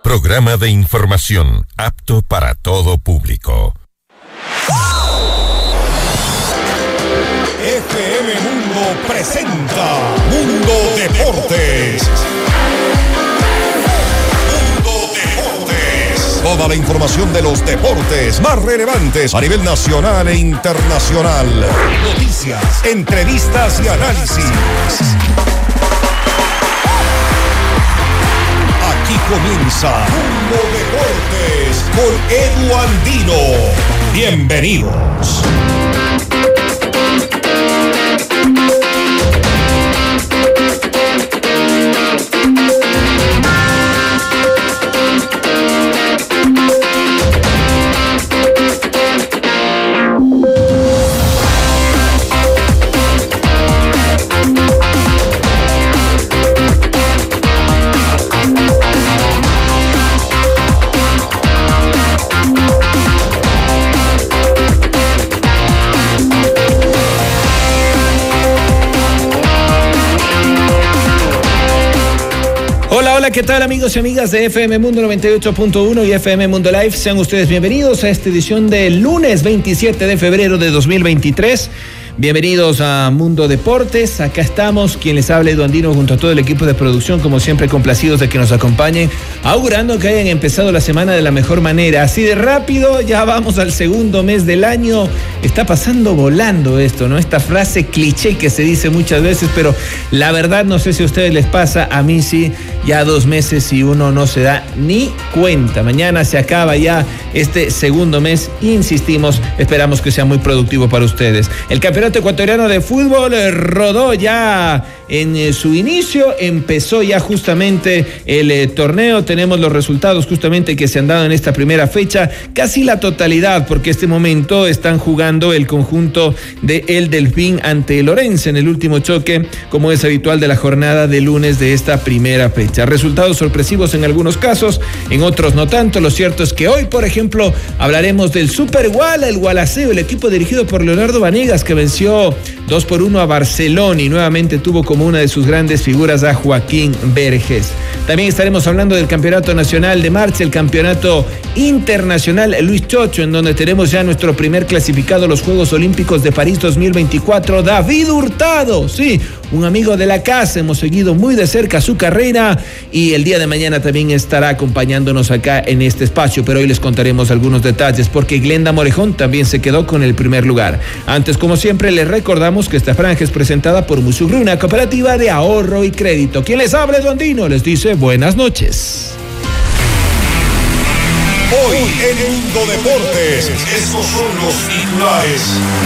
Programa de información apto para todo público. FM Mundo presenta Mundo Deportes. Mundo Deportes. Toda la información de los deportes más relevantes a nivel nacional e internacional. Noticias, entrevistas y análisis. Aquí comienza Mundo Deportes con Edu Andino. Bienvenidos. Hola, ¿qué tal amigos y amigas de FM Mundo 98.1 y FM Mundo Live? Sean ustedes bienvenidos a esta edición del lunes 27 de febrero de 2023. Bienvenidos a Mundo Deportes, acá estamos, quien les habla Edu Andino junto a todo el equipo de producción, como siempre complacidos de que nos acompañen, augurando que hayan empezado la semana de la mejor manera, así de rápido, ya vamos al segundo mes del año, está pasando volando esto, ¿no? Esta frase cliché que se dice muchas veces, pero la verdad no sé si a ustedes les pasa, a mí sí, ya 2 meses y uno no se da ni cuenta, mañana se acaba ya este segundo mes, insistimos, esperamos que sea muy productivo para ustedes. El campeonato ecuatoriano de fútbol rodó ya en su inicio, empezó ya justamente el torneo, tenemos los resultados justamente que se han dado en esta primera fecha, casi la totalidad, porque este momento están jugando el conjunto de El Delfín ante el Orense en el último choque, como es habitual de la jornada de lunes de esta primera fecha. Resultados sorpresivos en algunos casos, en otros no tanto. Lo cierto es que hoy, por ejemplo, hablaremos del Super Guala, el Gualaceo, el equipo dirigido por Leonardo Vanegas, que venció 2-1 a Barcelona y nuevamente tuvo como una de sus grandes figuras a Joaquín Vergés. También estaremos hablando del Campeonato Nacional de Marcha, el Campeonato Internacional Luis Chocho, en donde tenemos ya nuestro primer clasificado a los Juegos Olímpicos de París 2024, David Hurtado, sí, un amigo de la casa, hemos seguido muy de cerca su carrera y el día de mañana también estará acompañándonos acá en este espacio, pero hoy les contaremos algunos detalles porque Glenda Morejón también se quedó con el primer lugar. Antes, como siempre, les recordamos que esta franja es presentada por Musugruna, cooperativa de ahorro y crédito. Quien les habla, Edu Andino, les dice buenas noches. Hoy en Mundo Deportes, estos son los titulares.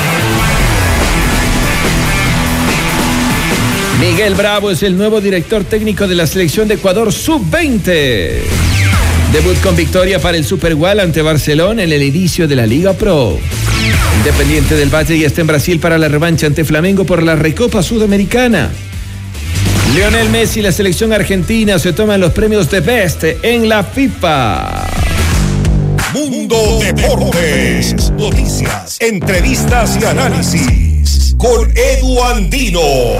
Miguel Bravo es el nuevo director técnico de la selección de Ecuador Sub-20. Debut con victoria para el Super Guala ante Barcelona en el inicio de la Liga Pro. Independiente del Valle ya está en Brasil para la revancha ante Flamengo por la Recopa Sudamericana. Lionel Messi y la selección argentina se toman los premios de Best en la FIFA. Mundo Deportes, noticias, entrevistas y análisis con Edu Andino.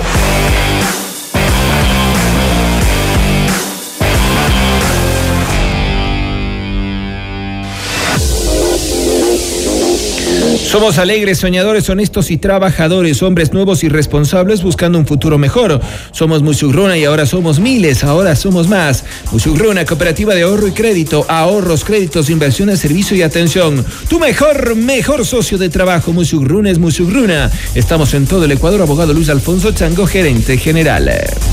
Somos alegres, soñadores, honestos y trabajadores, hombres nuevos y responsables buscando un futuro mejor. Somos Musugruna y ahora somos miles, ahora somos más. Musugruna, cooperativa de ahorro y crédito, ahorros, créditos, inversiones, servicio y atención. Tu mejor socio de trabajo. Musugruna es Musugruna. Estamos en todo el Ecuador. Abogado Luis Alfonso Chango, gerente general.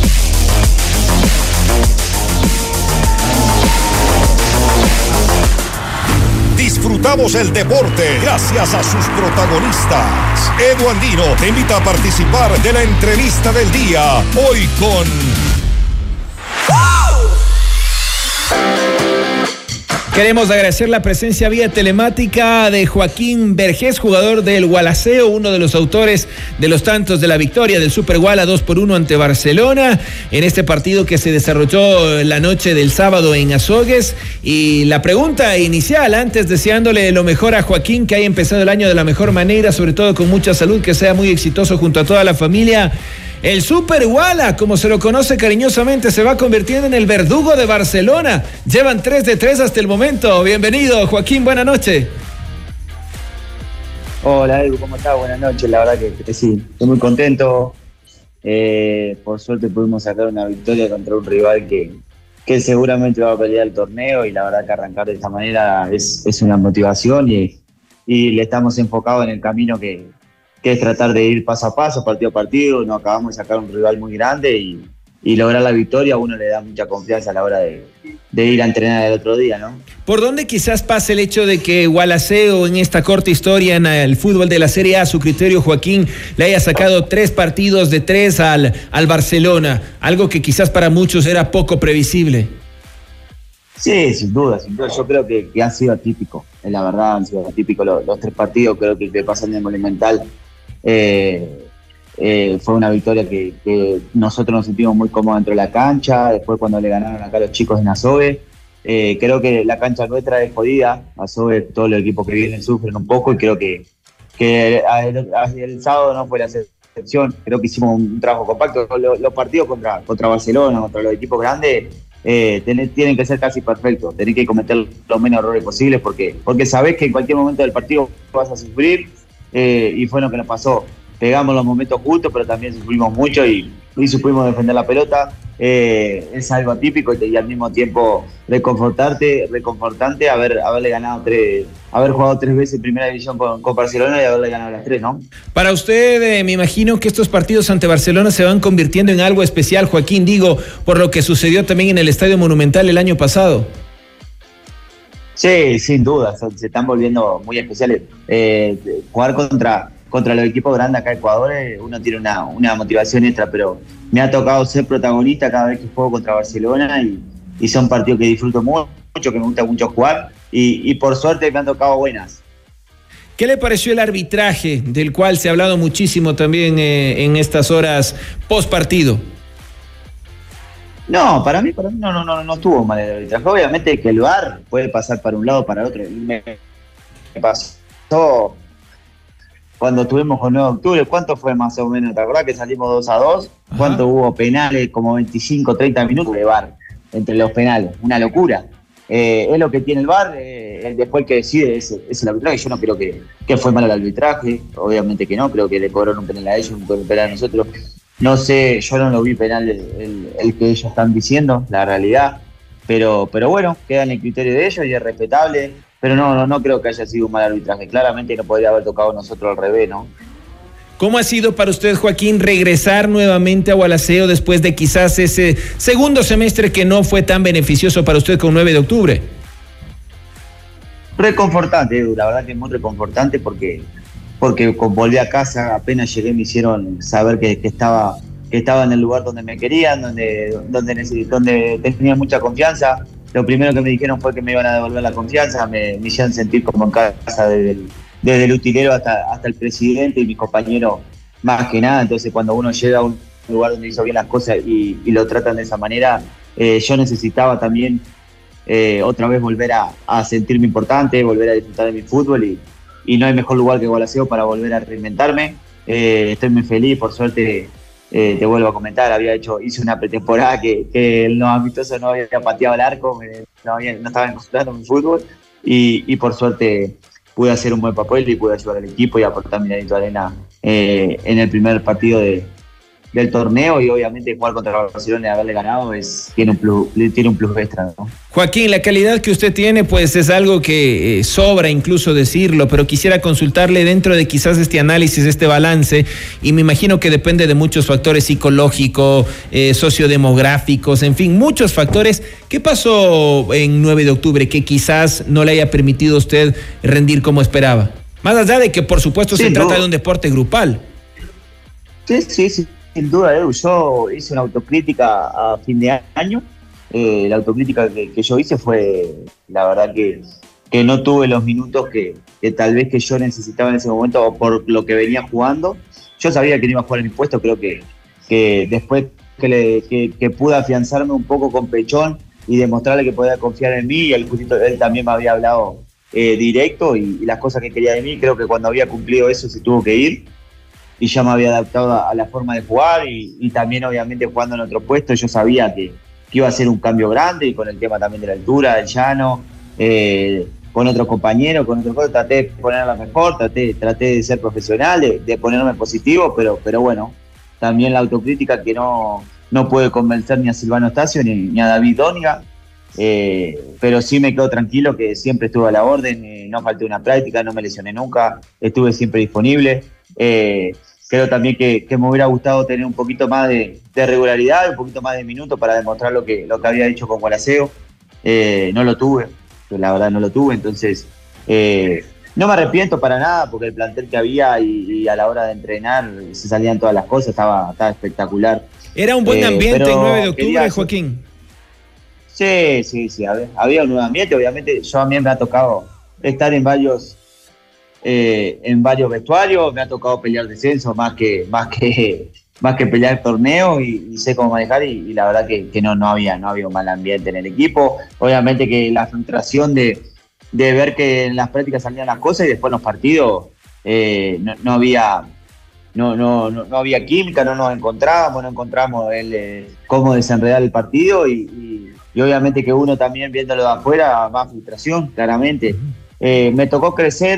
Disfrutamos el deporte gracias a sus protagonistas. Edu Andino te invita a participar de la entrevista del día. Hoy con... Queremos agradecer la presencia vía telemática de Joaquín Vergés, jugador del Gualaceo, uno de los autores de los tantos de la victoria del Super Guala 2-1 ante Barcelona, en este partido que se desarrolló la noche del sábado en Azogues. Y la pregunta inicial, antes deseándole lo mejor a Joaquín, que haya empezado el año de la mejor manera, sobre todo con mucha salud, que sea muy exitoso junto a toda la familia. El Super Guala, como se lo conoce cariñosamente, se va convirtiendo en el verdugo de Barcelona. Llevan 3 de 3 hasta el momento. Bienvenido, Joaquín, buenas noches. Hola, Edu, ¿cómo estás? Buenas noches. La verdad que sí, estoy muy contento. Por suerte pudimos sacar una victoria contra un rival que seguramente va a pelear el torneo, y la verdad que arrancar de esta manera es una motivación, y le estamos enfocados en el camino que es tratar de ir paso a paso, partido a partido. Nos acabamos de sacar un rival muy grande y lograr la victoria a uno le da mucha confianza a la hora de ir a entrenar el otro día, ¿no? ¿Por dónde quizás pase el hecho de que Gualaceo, en esta corta historia en el fútbol de la Serie A, a su criterio, Joaquín, le haya sacado 3 partidos de 3 al Barcelona? Algo que quizás para muchos era poco previsible. Sí, sin duda. Yo creo que ha sido atípico, la verdad, han sido atípicos los 3 partidos. Creo que el que pasa en el Monumental fue una victoria que nosotros nos sentimos muy cómodos dentro de la cancha. Después, cuando le ganaron acá los chicos en Azogues, creo que la cancha nuestra es jodida. Azogues, todos los equipos que vienen sufren un poco, y creo que el sábado no fue la excepción. Creo que hicimos un trabajo compacto. Los partidos contra Barcelona, contra los equipos grandes, tienen que ser casi perfectos. Tenés que cometer los menos errores posibles, porque sabés que en cualquier momento del partido vas a sufrir, y fue lo que nos pasó. Pegamos los momentos justos, pero también sufrimos mucho y supimos defender la pelota. Es algo atípico y al mismo tiempo reconfortante haberle ganado haber jugado 3 veces en primera división con Barcelona y haberle ganado las 3, ¿no? Para usted, me imagino que estos partidos ante Barcelona se van convirtiendo en algo especial, Joaquín, digo, por lo que sucedió también en el Estadio Monumental el año pasado. Sí, sin duda, se están volviendo muy especiales. Jugar contra los equipos grandes acá en Ecuador, uno tiene una motivación extra, pero me ha tocado ser protagonista cada vez que juego contra Barcelona, y son partidos que disfruto mucho, que me gusta mucho jugar, y por suerte me han tocado buenas. ¿Qué le pareció el arbitraje, del cual se ha hablado muchísimo también en estas horas post partido? No, para mí no estuvo mal el arbitraje. Obviamente que el VAR puede pasar para un lado o para otro. Me pasó cuando estuvimos con 9 de octubre, ¿cuánto fue más o menos? ¿Te acordás que salimos 2-2? ¿Cuánto hubo penales? Como 25, 30 minutos de VAR entre los penales. Una locura. Es lo que tiene el VAR. Después el que decide es el arbitraje. Yo no creo que fue mal el arbitraje. Obviamente que no. Creo que le cobraron un penal a ellos, un penal a nosotros. No sé, yo no lo vi penal el que ellos están diciendo, la realidad. Pero bueno, queda en el criterio de ellos y es respetable. Pero no creo que haya sido un mal arbitraje. Claramente no podría haber tocado a nosotros al revés, ¿no? ¿Cómo ha sido para usted, Joaquín, regresar nuevamente a Gualaceo después de quizás ese segundo semestre que no fue tan beneficioso para usted con 9 de octubre? Reconfortante, Edu, la verdad que es muy reconfortante porque volví a casa, apenas llegué me hicieron saber que estaba en el lugar donde me querían, donde tenía mucha confianza. Lo primero que me dijeron fue que me iban a devolver la confianza, me hicieron sentir como en casa desde el utilero hasta el presidente y mis compañeros, más que nada. Entonces, cuando uno llega a un lugar donde hizo bien las cosas y lo tratan de esa manera, yo necesitaba también otra vez volver a sentirme importante, volver a disfrutar de mi fútbol, y no hay mejor lugar que Gualaceo para volver a reinventarme. Estoy muy feliz, por suerte. Te vuelvo a comentar, hice una pretemporada que en los amistosos no había pateado el arco, no estaba encontrando mi fútbol, y por suerte pude hacer un buen papel y pude ayudar al equipo y aportar mi granito de arena en el primer partido del torneo, y obviamente jugar contra Barcelona y haberle ganado tiene un plus extra, ¿no? Joaquín, la calidad que usted tiene pues es algo que sobra incluso decirlo, pero quisiera consultarle dentro de quizás este análisis, este balance, y me imagino que depende de muchos factores psicológicos, sociodemográficos, en fin, muchos factores. ¿Qué pasó en 9 de octubre que quizás no le haya permitido a usted rendir como esperaba? Más allá de que por supuesto se trata de un deporte grupal. Sí. Sin duda, Edu, yo hice una autocrítica a fin de año la autocrítica que yo hice fue, la verdad que no tuve los minutos que tal vez que yo necesitaba en ese momento o por lo que venía jugando. Yo sabía que no iba a jugar en mi puesto, creo que después que pude afianzarme un poco con Pechón y demostrarle que podía confiar en mí, y él también me había hablado directo y las cosas que quería de mí, creo que cuando había cumplido eso se tuvo que ir y ya me había adaptado a la forma de jugar y también obviamente jugando en otro puesto yo sabía que iba a ser un cambio grande, y con el tema también de la altura, del llano, con otros compañeros, con otros cosas, traté de ponerla mejor, traté de ser profesional, de ponerme positivo, pero bueno, también la autocrítica que no puede convencer ni a Silvano Estacio ni a David Dóniga, pero sí me quedo tranquilo que siempre estuve a la orden, no falté una práctica, no me lesioné nunca, estuve siempre disponible. Creo también que me hubiera gustado tener un poquito más de regularidad, un poquito más de minutos para demostrar lo que había hecho con Gualaceo. No lo tuve, la verdad no lo tuve, entonces no me arrepiento para nada porque el plantel que había y a la hora de entrenar se salían todas las cosas, estaba espectacular. Era un buen ambiente el 9 de octubre, Joaquín. Sí, había un nuevo ambiente, obviamente yo a mí me ha tocado estar en varios vestuarios, me ha tocado pelear descenso más que pelear torneo y sé cómo manejar y la verdad que no había un mal ambiente en el equipo. Obviamente que la frustración de ver que en las prácticas salían las cosas y después en los partidos no había química, no nos encontramos cómo desenredar el partido y obviamente que uno también viéndolo de afuera, más frustración, claramente. Me tocó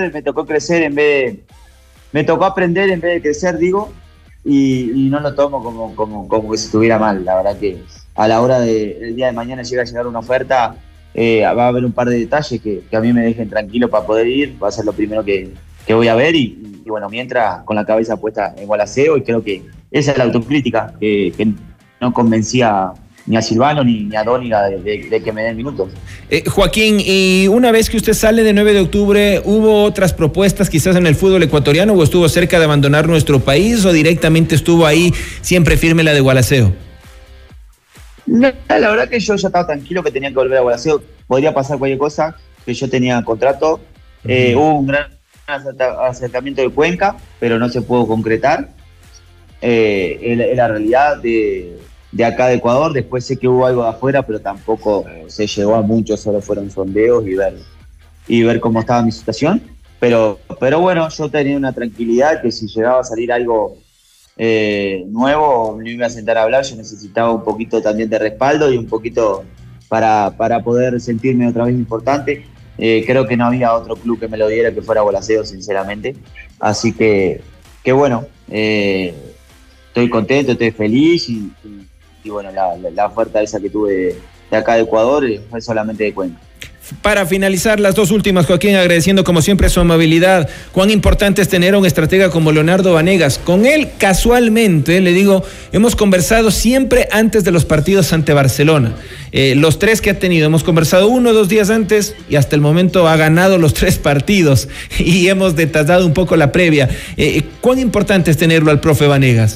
aprender en vez de crecer, digo, y no lo tomo como que si estuviera mal. La verdad que a la hora del día de mañana llega a llegar una oferta, va a haber un par de detalles que a mí me dejen tranquilo para poder ir, va a ser lo primero que voy a ver y bueno, mientras con la cabeza puesta en Gualaceo, y creo que esa es la autocrítica que no convencía ni a Silvano ni a Dóniga de que me den minutos. Joaquín, y una vez que usted sale de 9 de octubre, ¿hubo otras propuestas quizás en el fútbol ecuatoriano o estuvo cerca de abandonar nuestro país o directamente estuvo ahí siempre firme la de Gualaceo? No, la verdad que yo ya estaba tranquilo que tenía que volver a Gualaceo, podría pasar cualquier cosa, que yo tenía contrato, hubo un gran acercamiento de Cuenca, pero no se pudo concretar, es la realidad de acá de Ecuador. Después sé que hubo algo de afuera, pero tampoco se llegó a mucho, solo fueron sondeos y ver cómo estaba mi situación. Pero bueno, yo tenía una tranquilidad que si llegaba a salir algo nuevo, me iba a sentar a hablar. Yo necesitaba un poquito también de respaldo y un poquito para poder sentirme otra vez importante. Creo que no había otro club que me lo diera que fuera Gualaceo, sinceramente. Así que bueno, estoy contento, estoy feliz y bueno, la oferta esa que tuve de acá de Ecuador fue solamente de Cuenca. Para finalizar, las dos últimas, Joaquín, agradeciendo como siempre su amabilidad. Cuán importante es tener a un estratega como Leonardo Vanegas. Con él, casualmente, le digo, hemos conversado siempre antes de los partidos ante Barcelona. Los 3 que ha tenido, hemos conversado 1 o 2 días antes y hasta el momento ha ganado los 3 partidos y hemos detallado un poco la previa. ¿Cuán importante es tenerlo al profe Vanegas?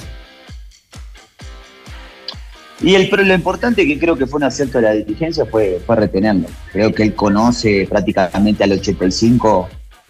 Y lo importante, que creo que fue un acierto de la dirigencia, fue retenerlo. Creo que él conoce prácticamente al 85%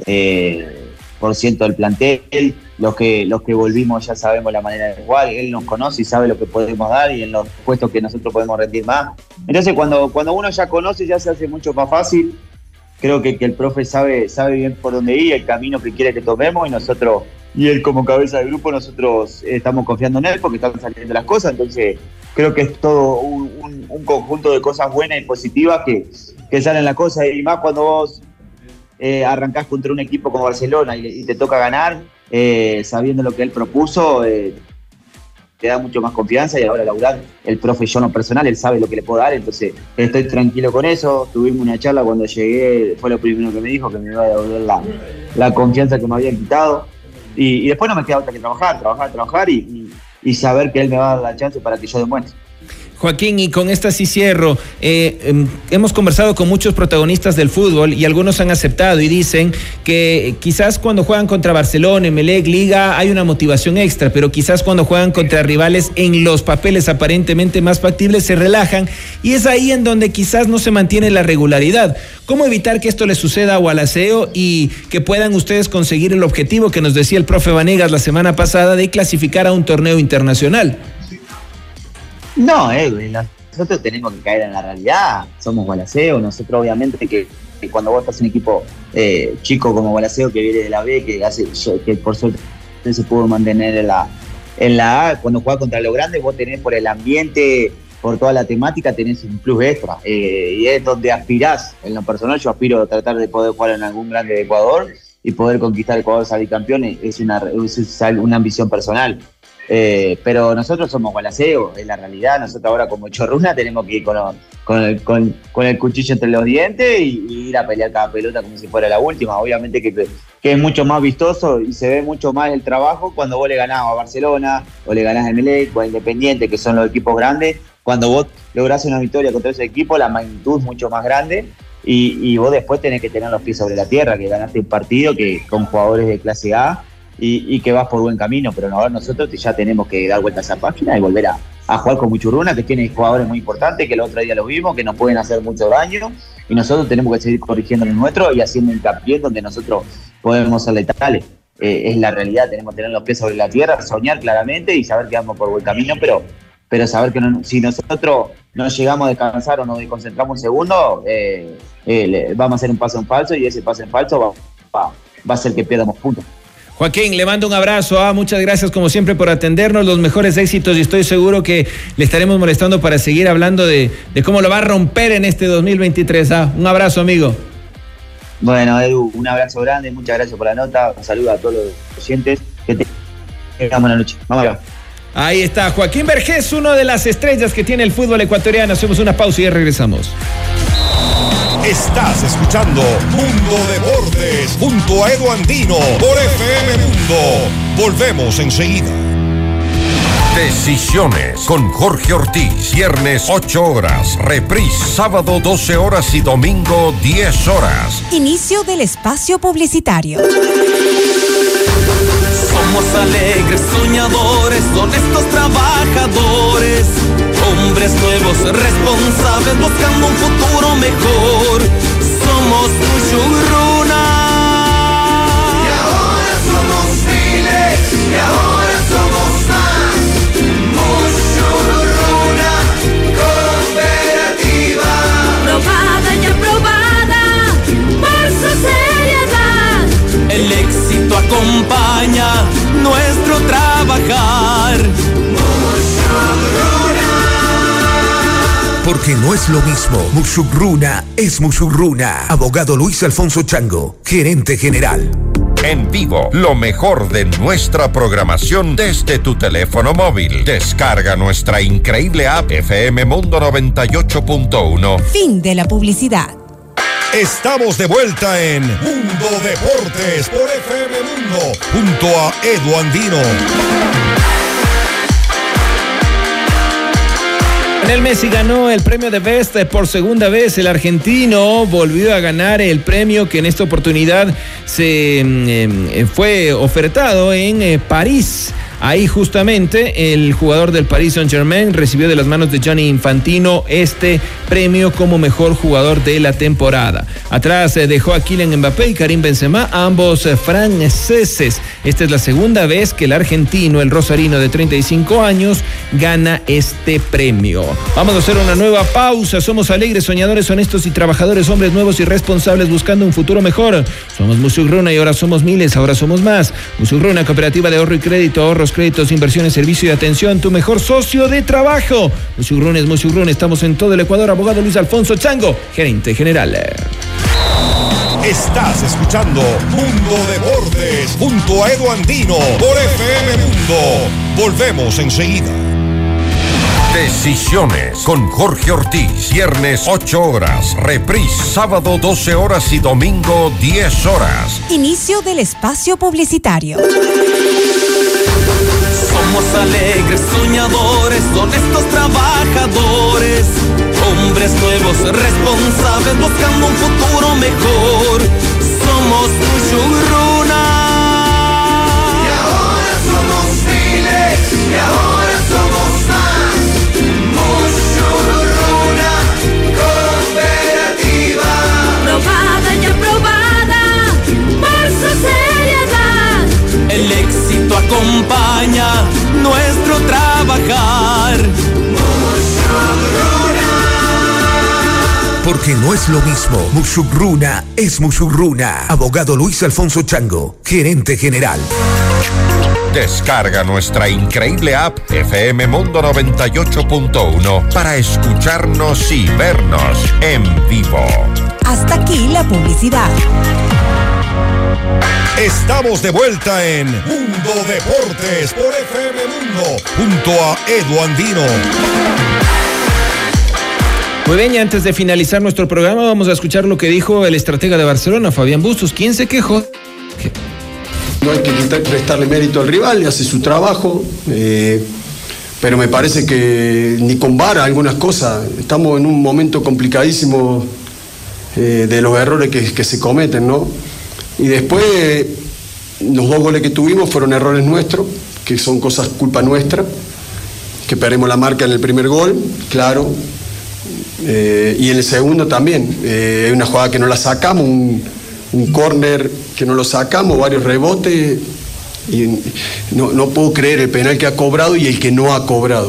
del plantel. Los que volvimos ya sabemos la manera de jugar. Él nos conoce y sabe lo que podemos dar y en los puestos que nosotros podemos rendir más. Entonces, cuando uno ya conoce, ya se hace mucho más fácil. Creo que el profe sabe bien por dónde ir, el camino que quiere que tomemos, y él como cabeza de grupo, nosotros estamos confiando en él porque están saliendo las cosas. Entonces creo que es todo un conjunto de cosas buenas y positivas que salen las cosas, y más cuando vos arrancás contra un equipo como Barcelona y te toca ganar, sabiendo lo que él propuso, te da mucho más confianza. Y ahora laburar el profe, yo no personal, él sabe lo que le puedo dar, entonces estoy tranquilo con eso. Tuvimos una charla cuando llegué, fue lo primero que me dijo, que me iba a devolver la confianza que me habían quitado, y después no me queda otra que trabajar y saber que él me va a dar la chance para que yo demuestre. Joaquín, y con esta sí cierro. Hemos conversado con muchos protagonistas del fútbol y algunos han aceptado y dicen que quizás cuando juegan contra Barcelona, Emelec, Liga, hay una motivación extra, pero quizás cuando juegan contra rivales en los papeles aparentemente más factibles se relajan y es ahí en donde quizás no se mantiene la regularidad. ¿Cómo evitar que esto le suceda a Gualaceo y que puedan ustedes conseguir el objetivo que nos decía el profe Vanegas la semana pasada de clasificar a un torneo internacional? No, nosotros tenemos que caer en la realidad. Somos Gualaceo. Nosotros, obviamente, que cuando vos estás en un equipo chico como Gualaceo, que viene de la B, que por suerte se pudo mantener en la A, cuando jugás contra los grandes, vos tenés por el ambiente, por toda la temática, tenés un plus extra. Y es donde aspirás. En lo personal, yo aspiro a tratar de poder jugar en algún grande de Ecuador y poder conquistar Ecuador, salir campeón. Es una ambición personal. Pero nosotros somos Gualaceo, es la realidad. Nosotros ahora como Chorruna tenemos que ir con el cuchillo entre los dientes y ir a pelear cada pelota como si fuera la última. Obviamente que es mucho más vistoso y se ve mucho más el trabajo cuando vos le ganás a Barcelona o le ganás a Emelec o a Independiente, que son los equipos grandes. Cuando vos lográs una victoria contra ese equipo, la magnitud es mucho más grande y vos después tenés que tener los pies sobre la tierra, que ganaste un partido que con jugadores de clase A y que vas por buen camino, pero ahora nosotros ya tenemos que dar vuelta a esa página y volver a jugar con Muchurruna, que tiene jugadores muy importantes, que el otro día lo vimos, que nos pueden hacer mucho daño, y nosotros tenemos que seguir corrigiendo lo nuestro y haciendo hincapié donde nosotros podemos ser letales. Es la realidad, tenemos que tener los pies sobre la tierra, soñar claramente y saber que vamos por buen camino, pero saber que si nosotros no llegamos a descansar o nos desconcentramos un segundo, vamos a hacer un paso en falso y ese paso en falso va a hacer que pierdamos puntos. Joaquín, le mando un abrazo, muchas gracias como siempre por atendernos, los mejores éxitos y estoy seguro que le estaremos molestando para seguir hablando de cómo lo va a romper en este 2023. Un abrazo, amigo. Bueno, Edu, un abrazo grande, muchas gracias por la nota, un saludo a todos los oyentes, que tengan buena noche. Vamos allá. Ahí está, Joaquín Vergés, uno de las estrellas que tiene el fútbol ecuatoriano. Hacemos una pausa y ya regresamos. Estás escuchando Mundo Deportes junto a Edu Andino por FM Mundo. Volvemos enseguida. Decisiones con Jorge Ortiz. Viernes 8 horas. Reprise sábado 12 horas y domingo 10 horas. Inicio del espacio publicitario. Somos alegres, soñadores, honestos trabajadores, hombres nuevos, responsables, buscando un futuro mejor. Somos Muchurruna. Y ahora somos miles, y ahora somos más. Muchurruna, cooperativa. Probada y aprobada por su seriedad. El éxito acompaña nuestro trabajar. Porque no es lo mismo. Muchurruna es Muchurruna. Abogado Luis Alfonso Chango, gerente general. En vivo, lo mejor de nuestra programación desde tu teléfono móvil. Descarga nuestra increíble app FM Mundo 98.1. Fin de la publicidad. Estamos de vuelta en Mundo Deportes por FM Mundo junto a Edu Andino. Lionel Messi ganó el premio de Best por segunda vez. El argentino volvió a ganar el premio que en esta oportunidad se fue ofertado en París. Ahí justamente el jugador del Paris Saint-Germain recibió de las manos de Gianni Infantino este premio como mejor jugador de la temporada. Atrás dejó a Kylian Mbappé y Karim Benzema, ambos franceses. Esta es la segunda vez que el argentino, el rosarino de 35 años, gana este premio. Vamos a hacer una nueva pausa. Somos alegres, soñadores, honestos y trabajadores, hombres nuevos y responsables buscando un futuro mejor. Somos Muchurruna y ahora somos miles, ahora somos más. Muchurruna, cooperativa de ahorro y crédito, ahorros, créditos, inversiones, servicio y atención, tu mejor socio de trabajo. Muchurruna es Muchurruna, estamos en todo el Ecuador. Abogado Luis Alfonso Chango, gerente general. Estás escuchando Mundo Deportes junto a Edu Andino por FM Mundo. Volvemos enseguida. Decisiones con Jorge Ortiz. Viernes 8 horas. Reprise sábado 12 horas y domingo 10 horas. Inicio del espacio publicitario. Somos alegres, soñadores, honestos trabajadores, hombres nuevos, responsables, buscando un futuro mejor. Somos Musurruna. Y ahora somos miles, y ahora somos más. Musurruna Cooperativa. Probada y aprobada por su seriedad. El éxito acompaña nuestro trabajar. Porque no es lo mismo. Musurruna es Musurruna. Abogado Luis Alfonso Chango, gerente general. Descarga nuestra increíble app FM Mundo 98.1 para escucharnos y vernos en vivo. Hasta aquí la publicidad. Estamos de vuelta en Mundo Deportes por FM Mundo junto a Edu Andino. Muy bien, y antes de finalizar nuestro programa vamos a escuchar lo que dijo el estratega de Barcelona, Fabián Bustos, quien se quejó. No hay que prestarle mérito al rival, le hace su trabajo, pero me parece que ni con VAR algunas cosas. Estamos en un momento complicadísimo de los errores que se cometen, ¿no? Y después los 2 goles que tuvimos fueron errores nuestros, que son cosas culpa nuestra, que perdemos la marca en el primer gol, claro. Y en el segundo también, hay una jugada que no la sacamos, un córner que no lo sacamos, varios rebotes, y no puedo creer el penal que ha cobrado y el que no ha cobrado,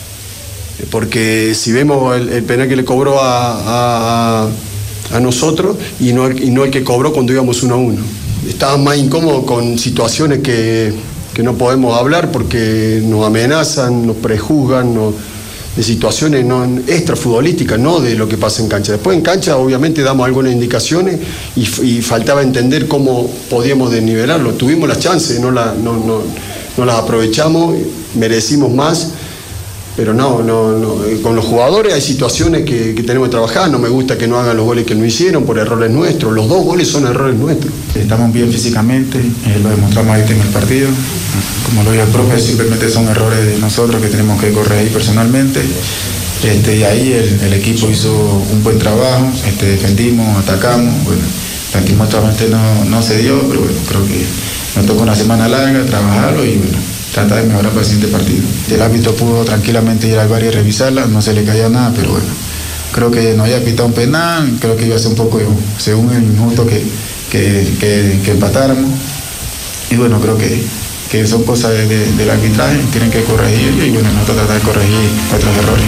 porque si vemos el penal que le cobró a nosotros y no el que cobró cuando íbamos 1-1. Estaba más incómodo con situaciones que no podemos hablar porque nos amenazan, nos prejuzgan, de situaciones extrafutbolísticas, no de lo que pasa en cancha. Después en cancha obviamente damos algunas indicaciones y faltaba entender cómo podíamos desnivelarlo. Tuvimos las chances, no las aprovechamos, merecimos más, pero no. Con los jugadores hay situaciones que tenemos que trabajar. No me gusta que no hagan los goles que no hicieron por errores nuestros. Los 2 goles son errores nuestros. Estamos bien físicamente, lo demostramos ahorita en el partido. Como lo dijo el profe, simplemente son errores de nosotros que tenemos que corregir personalmente. Y ahí el equipo hizo un buen trabajo, defendimos, atacamos. Bueno, lastimosamente no se dio, pero bueno, creo que nos tocó una semana larga, trabajarlo y bueno, tratar de mejorar para el siguiente partido. El árbitro pudo tranquilamente ir al VAR y revisarla, no se le caía nada, pero bueno, creo que no había pitado un penal, creo que iba a ser un poco, según el injusto que empatáramos. Y bueno, creo que son cosas del arbitraje, tienen que corregir y bueno, nosotros tratar de corregir nuestros errores.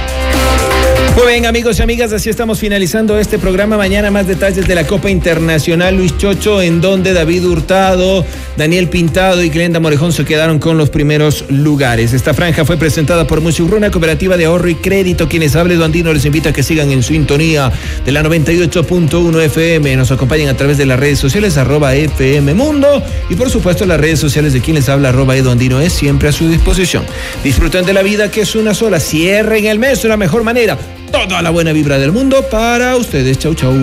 Muy bien, amigos y amigas, así estamos finalizando este programa. Mañana más detalles de la Copa Internacional Luis Chocho, en donde David Hurtado, Daniel Pintado y Glenda Morejón se quedaron con los primeros lugares. Esta franja fue presentada por Musurruna Cooperativa de Ahorro y Crédito. Quienes hablen Edu Andino les invita a que sigan en sintonía de la 98.1 FM. Nos acompañen a través de las redes sociales, @FM Mundo, y por supuesto las redes sociales de quien les habla, @Edu Andino, es siempre a su disposición. Disfruten de la vida, que es una sola. Cierren el mes de la mejor manera. Toda la buena vibra del mundo para ustedes. Chau, chau.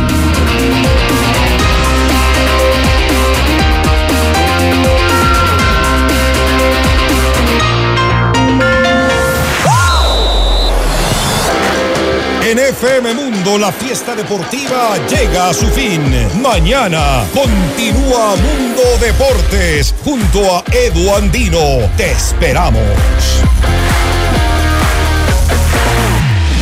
En FM Mundo, la fiesta deportiva llega a su fin. Mañana continúa Mundo Deportes junto a Edu Andino. Te esperamos.